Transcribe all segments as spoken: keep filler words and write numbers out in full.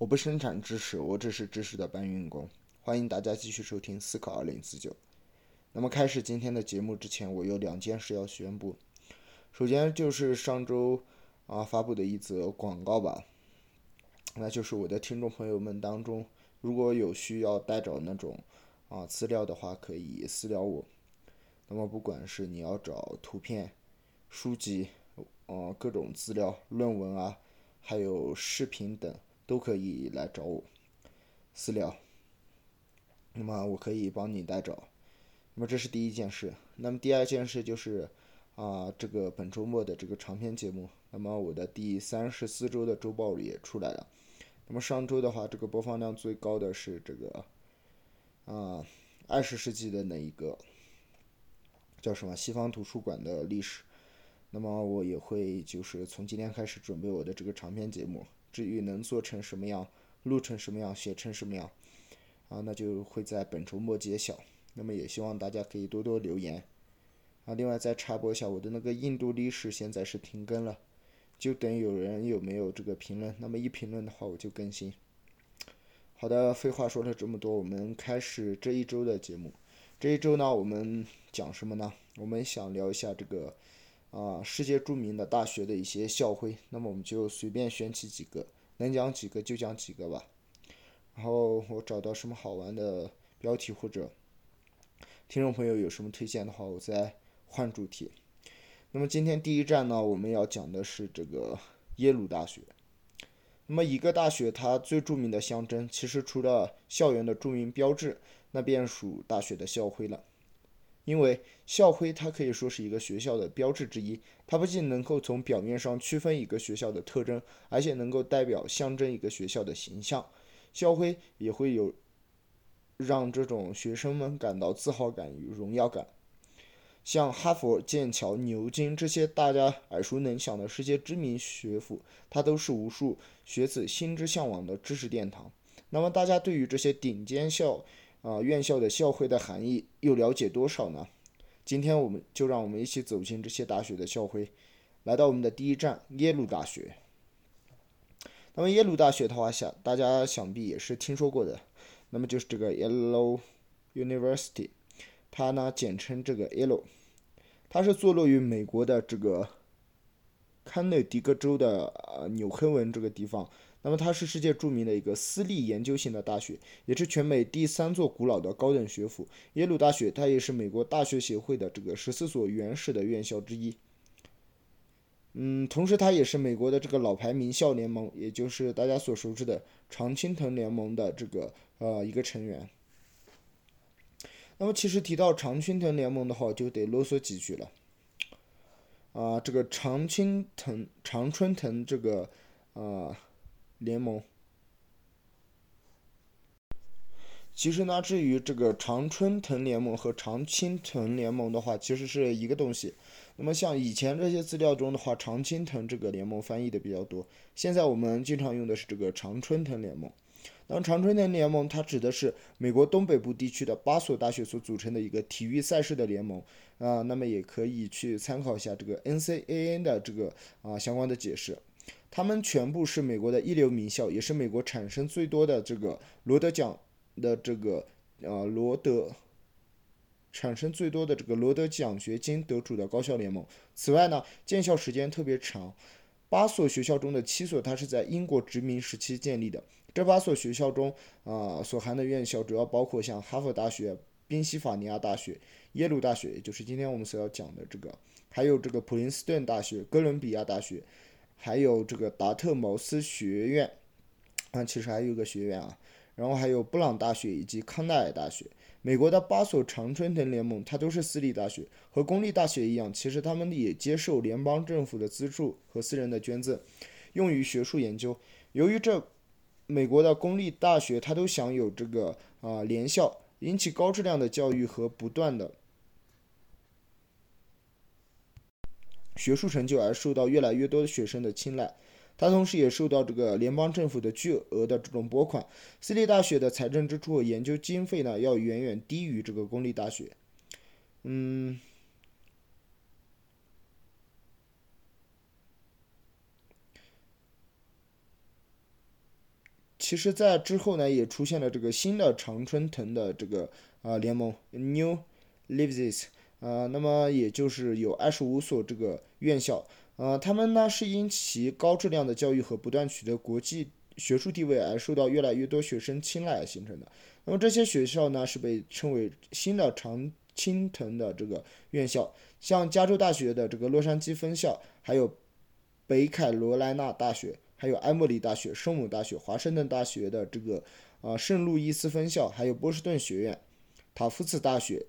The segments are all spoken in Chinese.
我不生产知识，我只是知识的搬运工。欢迎大家继续收听思考二零四九。那么开始今天的节目之前，我有两件事要宣布。首先就是上周啊发布的一则广告吧，那就是我的听众朋友们当中，如果有需要带找那种啊资料的话，可以私聊我。那么不管是你要找图片、书籍、呃各种资料、论文啊，还有视频等，都可以来找我私聊。那么我可以帮你代找。那么这是第一件事。那么第二件事就是啊，这个本周末的这个长篇节目，那么我的第三十四周的周报也出来了。那么上周的话，这个播放量最高的是这个啊二十世纪的那一个叫什么西方图书馆的历史。那么我也会就是从今天开始准备我的这个长篇节目，至于能做成什么样，录成什么样，写成什么样啊，那就会在本周末揭晓。那么也希望大家可以多多留言啊。另外再插播一下，我的那个印度历史现在是停更了，就等有人有没有这个评论，那么一评论的话我就更新。好的，废话说了这么多，我们开始这一周的节目。这一周呢，我们讲什么呢？我们想聊一下这个啊世界著名的大学的一些校徽，那么我们就随便选起几个，能讲几个就讲几个吧。然后我找到什么好玩的标题或者听众朋友有什么推荐的话，我再换主题。那么今天第一站呢，我们要讲的是这个耶鲁大学。那么一个大学它最著名的象征，其实除了校园的著名标志，那便属大学的校徽了。因为校徽它可以说是一个学校的标志之一，它不仅能够从表面上区分一个学校的特征，而且能够代表象征一个学校的形象。校徽也会有让这种学生们感到自豪感与荣耀感。像哈佛、剑桥、牛津这些大家耳熟能详的世界知名学府，它都是无数学子心之向往的知识殿堂。那么大家对于这些顶尖校啊、呃、院校的校徽的含义又了解多少呢？今天我们就让我们一起走进这些大学的校徽，来到我们的第一站耶鲁大学。那么耶鲁大学的话，想大家想必也是听说过的，那么就是这个 Yale University， 它呢简称这个 Yale， 它是坐落于美国的这个康涅狄格州的呃纽黑文这个地方。那么它是世界著名的一个私立研究型的大学，也是全美第三座古老的高等学府。耶鲁大学它也是美国大学协会的这个十四所原始的院校之一。嗯，同时它也是美国的这个老牌名校联盟，也就是大家所熟知的常青藤联盟的这个呃一个成员。那么其实提到常青藤联盟的话，就得啰嗦几句了。啊、呃，这个常青藤、常春藤这个啊、呃、联盟，其实呢，至于这个常春藤联盟和常青藤联盟的话，其实是一个东西。那么像以前这些资料中的话，常青藤这个联盟翻译的比较多，现在我们经常用的是这个常春藤联盟。那么常春藤联盟它指的是美国东北部地区的八所大学所组成的一个体育赛事的联盟啊、呃，那么也可以去参考一下这个 N C A A 的这个啊、呃、相关的解释。他们全部是美国的一流名校，也是美国产生最多的这个罗德奖的这个呃罗德产生最多的这个罗德奖学金得主的高校联盟。此外呢，建校时间特别长，八所学校中的七所它是在英国殖民时期建立的。这八所学校中啊、呃、所含的院校主要包括像哈佛大学、宾夕法尼亚大学、耶鲁大学，也就是今天我们所要讲的这个，还有这个普林斯顿大学、哥伦比亚大学，还有这个达特茅斯学院啊，其实还有一个学院啊，然后还有布朗大学以及康奈尔大学。美国的八所常春藤联盟，它都是私立大学，和公立大学一样，其实他们也接受联邦政府的资助和私人的捐赠，用于学术研究。由于这美国的公立大学它都享有这个啊、呃、联校，引起高质量的教育和不断的学术成就，而受到越来越多的学生的青睐。它同时也受到这个联邦政府的巨额的这种拨款，私立大学的财政支出和研究经费呢，要远远低于这个公立大学。嗯， 其实在之后呢，也出现了这个新的常春藤的这个啊联盟 New Levi's 啊，那么也就是有二十五所这个院校，呃，他们呢是因其高质量的教育和不断取得国际学术地位而受到越来越多学生青睐而形成的。那么这些学校呢是被称为新的常青藤的这个院校，像加州大学的这个洛杉矶分校，还有北卡罗来纳大学，还有埃默里大学、圣母大学、华盛顿大学的这个呃圣路易斯分校，还有波士顿学院、塔夫茨大学、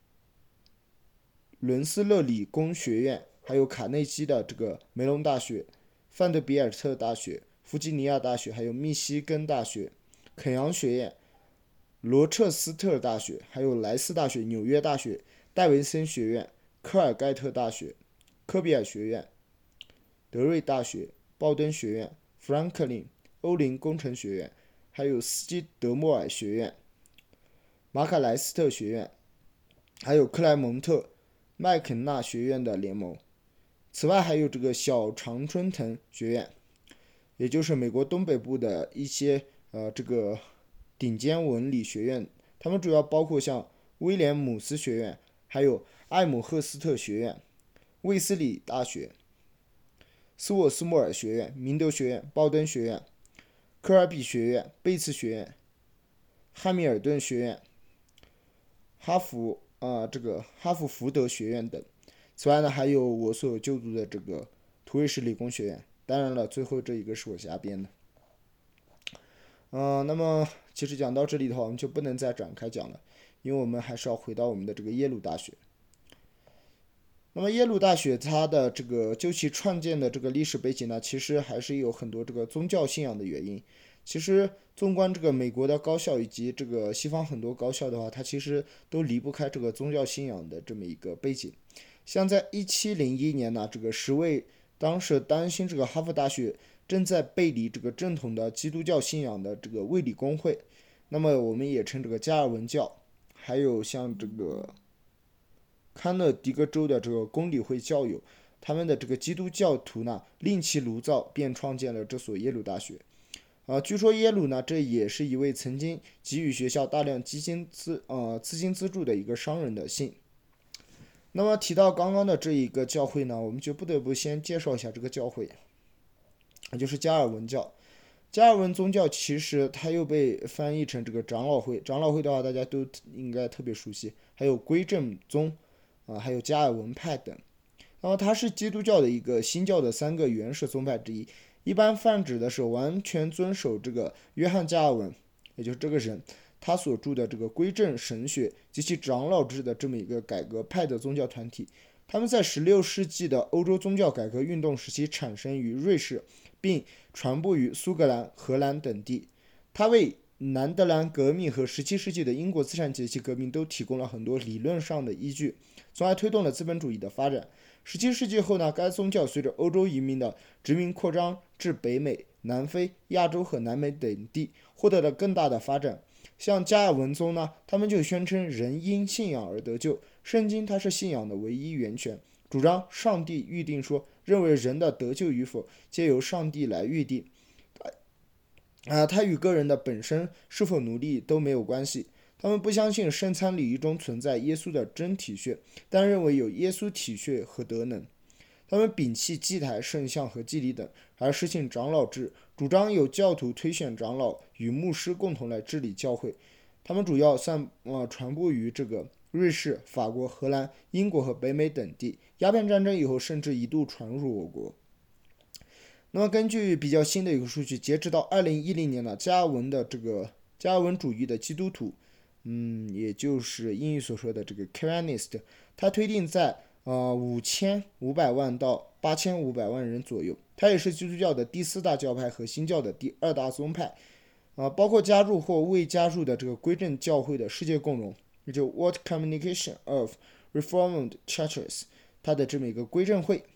伦斯勒理工学院，还有卡内基的这个梅隆大学、范德比尔特大学、弗吉尼亚大学，还有密西根大学、肯扬学院、罗彻斯特大学，还有莱斯大学、纽约大学、戴维森学院、科尔盖特大学、科比尔学院、德瑞大学、鲍登学院、富兰克林、欧林工程学院，还有斯基德莫尔学院、马卡莱斯特学院，还有克莱蒙特麦肯纳学院的联盟。此外，还有这个小常春藤学院，也就是美国东北部的一些呃这个顶尖文理学院，他们主要包括像威廉姆斯学院，还有艾姆赫斯特学院、卫斯理大学、斯沃斯莫尔学院、明德学院、鲍登学院、科尔比学院、贝茨学院、汉密尔顿学院、哈佛啊、呃、这个哈佛福德学院等。此外呢，还有我所就读的这个图瑞士理工学院。当然了，最后这一个是我瞎编的。嗯、呃，那么其实讲到这里的话，我们就不能再展开讲了，因为我们还是要回到我们的这个耶鲁大学。那么耶鲁大学它的这个就其创建的这个历史背景呢，其实还是有很多这个宗教信仰的原因。其实纵观这个美国的高校以及这个西方很多高校的话，它其实都离不开这个宗教信仰的这么一个背景。像在一七零一年呢，这个十位当时担心这个哈佛大学正在背离这个正统的基督教信仰的这个卫理公会，那么我们也称这个加尔文教，还有像这个康涅狄格州的这个公理会教友，他们的这个基督教徒呢，另起炉灶，便创建了这所耶鲁大学。啊，据说耶鲁呢，这也是一位曾经给予学校大量基金资呃资金资助的一个商人的姓。那么提到刚刚的这一个教会呢，我们就不得不先介绍一下这个教会，那就是加尔文教。加尔文宗教其实它又被翻译成这个长老会，长老会的话大家都应该特别熟悉，还有归正宗啊，还有加尔文派等。然后它是基督教的一个新教的三个原始宗派之一，一般泛指的是完全遵守这个约翰加尔文，也就是这个人他所著的这个归正神学及其长老制的这么一个改革派的宗教团体。他们在十六世纪的欧洲宗教改革运动时期产生于瑞士，并传播于苏格兰、荷兰等地。他为南德兰革命和十七世纪的英国资产阶级革命都提供了很多理论上的依据，从而推动了资本主义的发展。十七世纪后呢，该宗教随着欧洲移民的殖民扩张至北美、南非、亚洲和南美等地，获得了更大的发展。像加尔文宗呢，他们就宣称人因信仰而得救，圣经它是信仰的唯一源泉，主张上帝预定说，认为人的得救与否皆由上帝来预定，啊，他与个人的本身是否奴隶都没有关系。他们不相信圣餐礼仪中存在耶稣的真体血，但认为有耶稣体血和德能。他们摒弃祭台、圣像和祭礼等，而实行长老制，主张由教徒推选长老与牧师共同来治理教会。他们主要散呃传播于这个瑞士、法国、荷兰、英国和北美等地。鸦片战争以后，甚至一度传入我国。那么根据比较新的一个数据，截止到二零一零年呢，加尔文的这个加尔文主义的基督徒，嗯，也就是英语所说的这个 Calvinist， 他推定在呃五千五百万到八千五百万人左右。它也是基督教的第四大教派和新教的第二大宗派，啊、呃，包括加入或未加入的这个归正教会的世界共荣，也就 World Communication of Reformed Churches， 它的这么一个归正会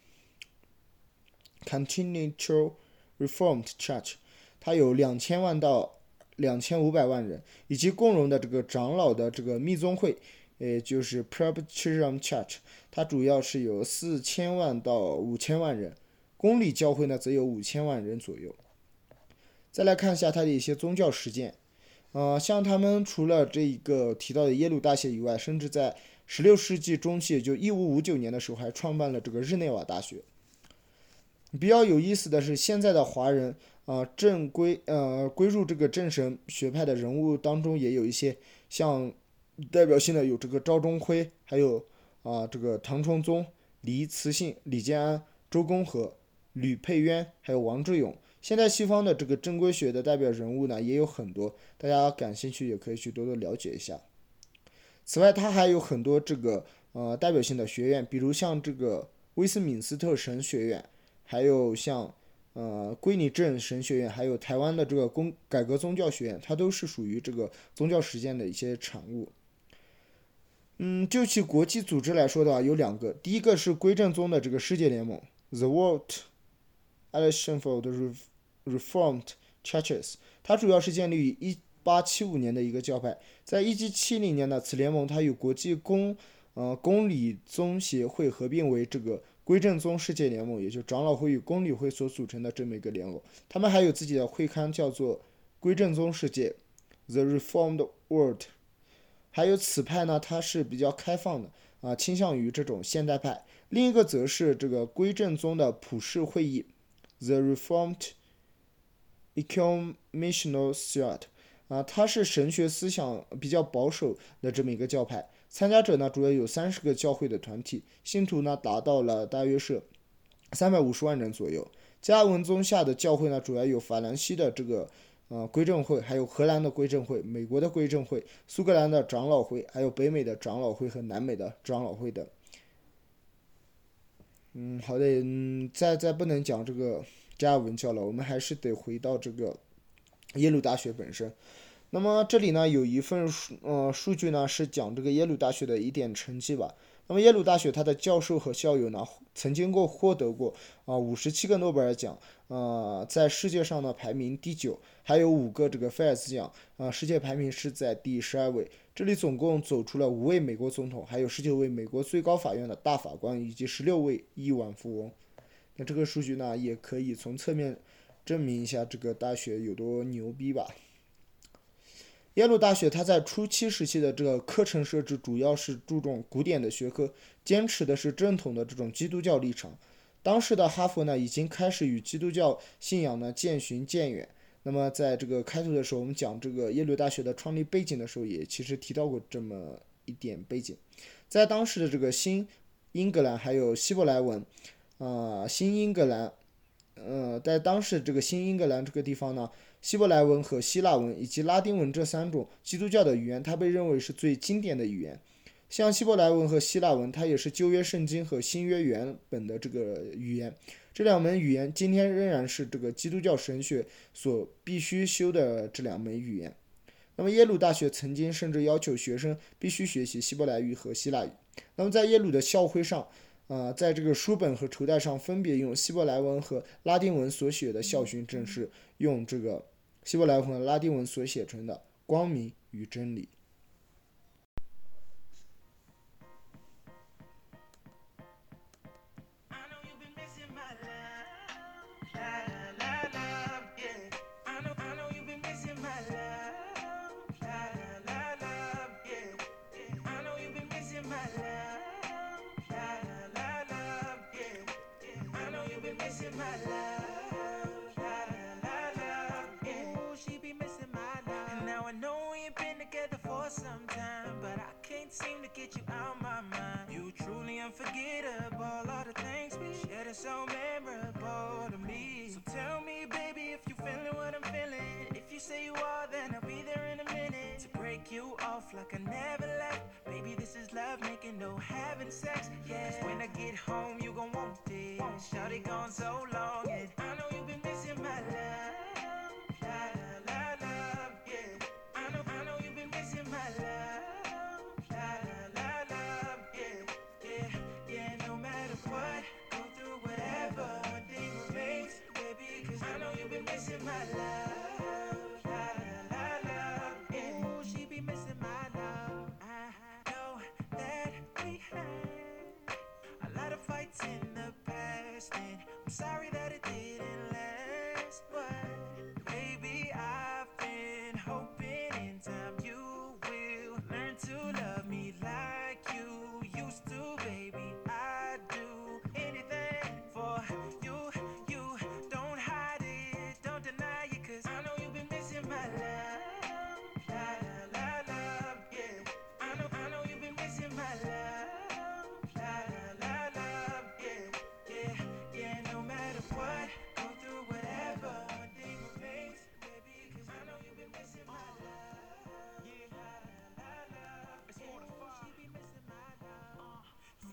Continental Reformed Church， 它有两千万到两千五百万人，以及共荣的这个长老的这个密宗会，也就是 Presbyterian Church， 它主要是有四千万到五千万人。公理教会呢，则有五千万人左右。 再来看一下他的一些宗教实践。呃，像他们除了这一个提到的耶鲁大学以外，甚至在十六世纪中期，也就一五五九年的时候，还创办了这个日内瓦大学。比较有意思的是，现在的华人啊、呃，正归呃归入这个正神学派的人物当中，也有一些像代表性的有这个赵中辉，还有啊、呃、这个唐崇宗、黎慈信、李建安、周公和、吕佩渊，还有王志勇。现在西方的这个正规学的代表人物呢也有很多，大家感兴趣也可以去多多了解一下。此外，它还有很多这个呃代表性的学院，比如像这个威斯敏斯特神学院，还有像呃归尼镇神学院，还有台湾的这个公改革宗教学院，它都是属于这个宗教实践的一些产物。嗯，就其国际组织来说的话，有两个，第一个是归正宗的这个世界联盟 （The World Alliance for the Reformed Churches），它主要是建立于一八七五年的一个教派。在一七七零年呢，此联盟它与国际公呃公理宗协会合并为这个归正宗世界联盟，也就是长老会与公理会所组成的这么一个联盟。他们还有自己的会刊，叫做归正宗世界 （The Reformed World）。还有此派呢，它是比较开放的啊，倾向于这种现代派。另一个则是这个归正宗的普世会议 （The Reformed Ecumenical Synod）。啊，它是神学思想比较保守的这么一个教派，参加者呢主要有三十个教会的团体，信徒呢达到了大约是三百五十万人左右。加尔文宗下的教会呢，主要有法兰西的这个呃归正会，还有荷兰的归正会、美国的归正会、苏格兰的长老会，还有北美的长老会和南美的长老会等。嗯，好的，嗯，再再不能讲这个加尔文教了，我们还是得回到这个耶鲁大学本身。那么这里呢有一份数呃数据呢是讲这个耶鲁大学的一点成绩吧。那么耶鲁大学它的教授和校友呢曾经过获得过啊五十七个诺贝尔奖，呃在世界上呢排名第九，还有五个这个菲尔兹奖，啊、呃、世界排名是在第十二位。这里总共走出了五位美国总统，还有十九位美国最高法院的大法官，以及十六位亿万富翁。那这个数据呢也可以从侧面证明一下这个大学有多牛逼吧。耶鲁大学它在初期时期的这个课程设置主要是注重古典的学科，坚持的是正统的这种基督教立场。当时的哈佛呢已经开始与基督教信仰呢渐行渐远。那么在这个开头的时候，我们讲这个耶鲁大学的创立背景的时候，也其实提到过这么一点背景。在当时的这个新英格兰还有希伯来文，啊、呃，新英格兰，呃，在当时这个新英格兰这个地方呢。希伯来文和希腊文以及拉丁文这三种基督教的语言，它被认为是最经典的语言。像希伯来文和希腊文，它也是旧约圣经和新约原本的这个语言。这两门语言今天仍然是这个基督教神学所必须修的这两门语言。那么耶鲁大学曾经甚至要求学生必须学习希伯来语和希腊语。那么在耶鲁的校徽上，呃，在这个书本和绸带上分别用希伯来文和拉丁文所写的校训正是用这个希伯来文和拉丁文所写成的光明与真理。 Sometime, but I can't seem to get you out my mind. You truly unforgettable. All the things we shared are so memorable to me. So tell me, baby, if you feeling what I'm feeling. If you say you are, then I'll be there in a minute to break you off like I never left. Baby, this is love making, no having sex. Yeah, 'cause when I get home, you gon' want this. Shawty gone so long, and I know you've been missing my love. Missing my love, la la la la. Ooh, she be missing my love. I know that we had a lot of fights in the past, and I'm sorry that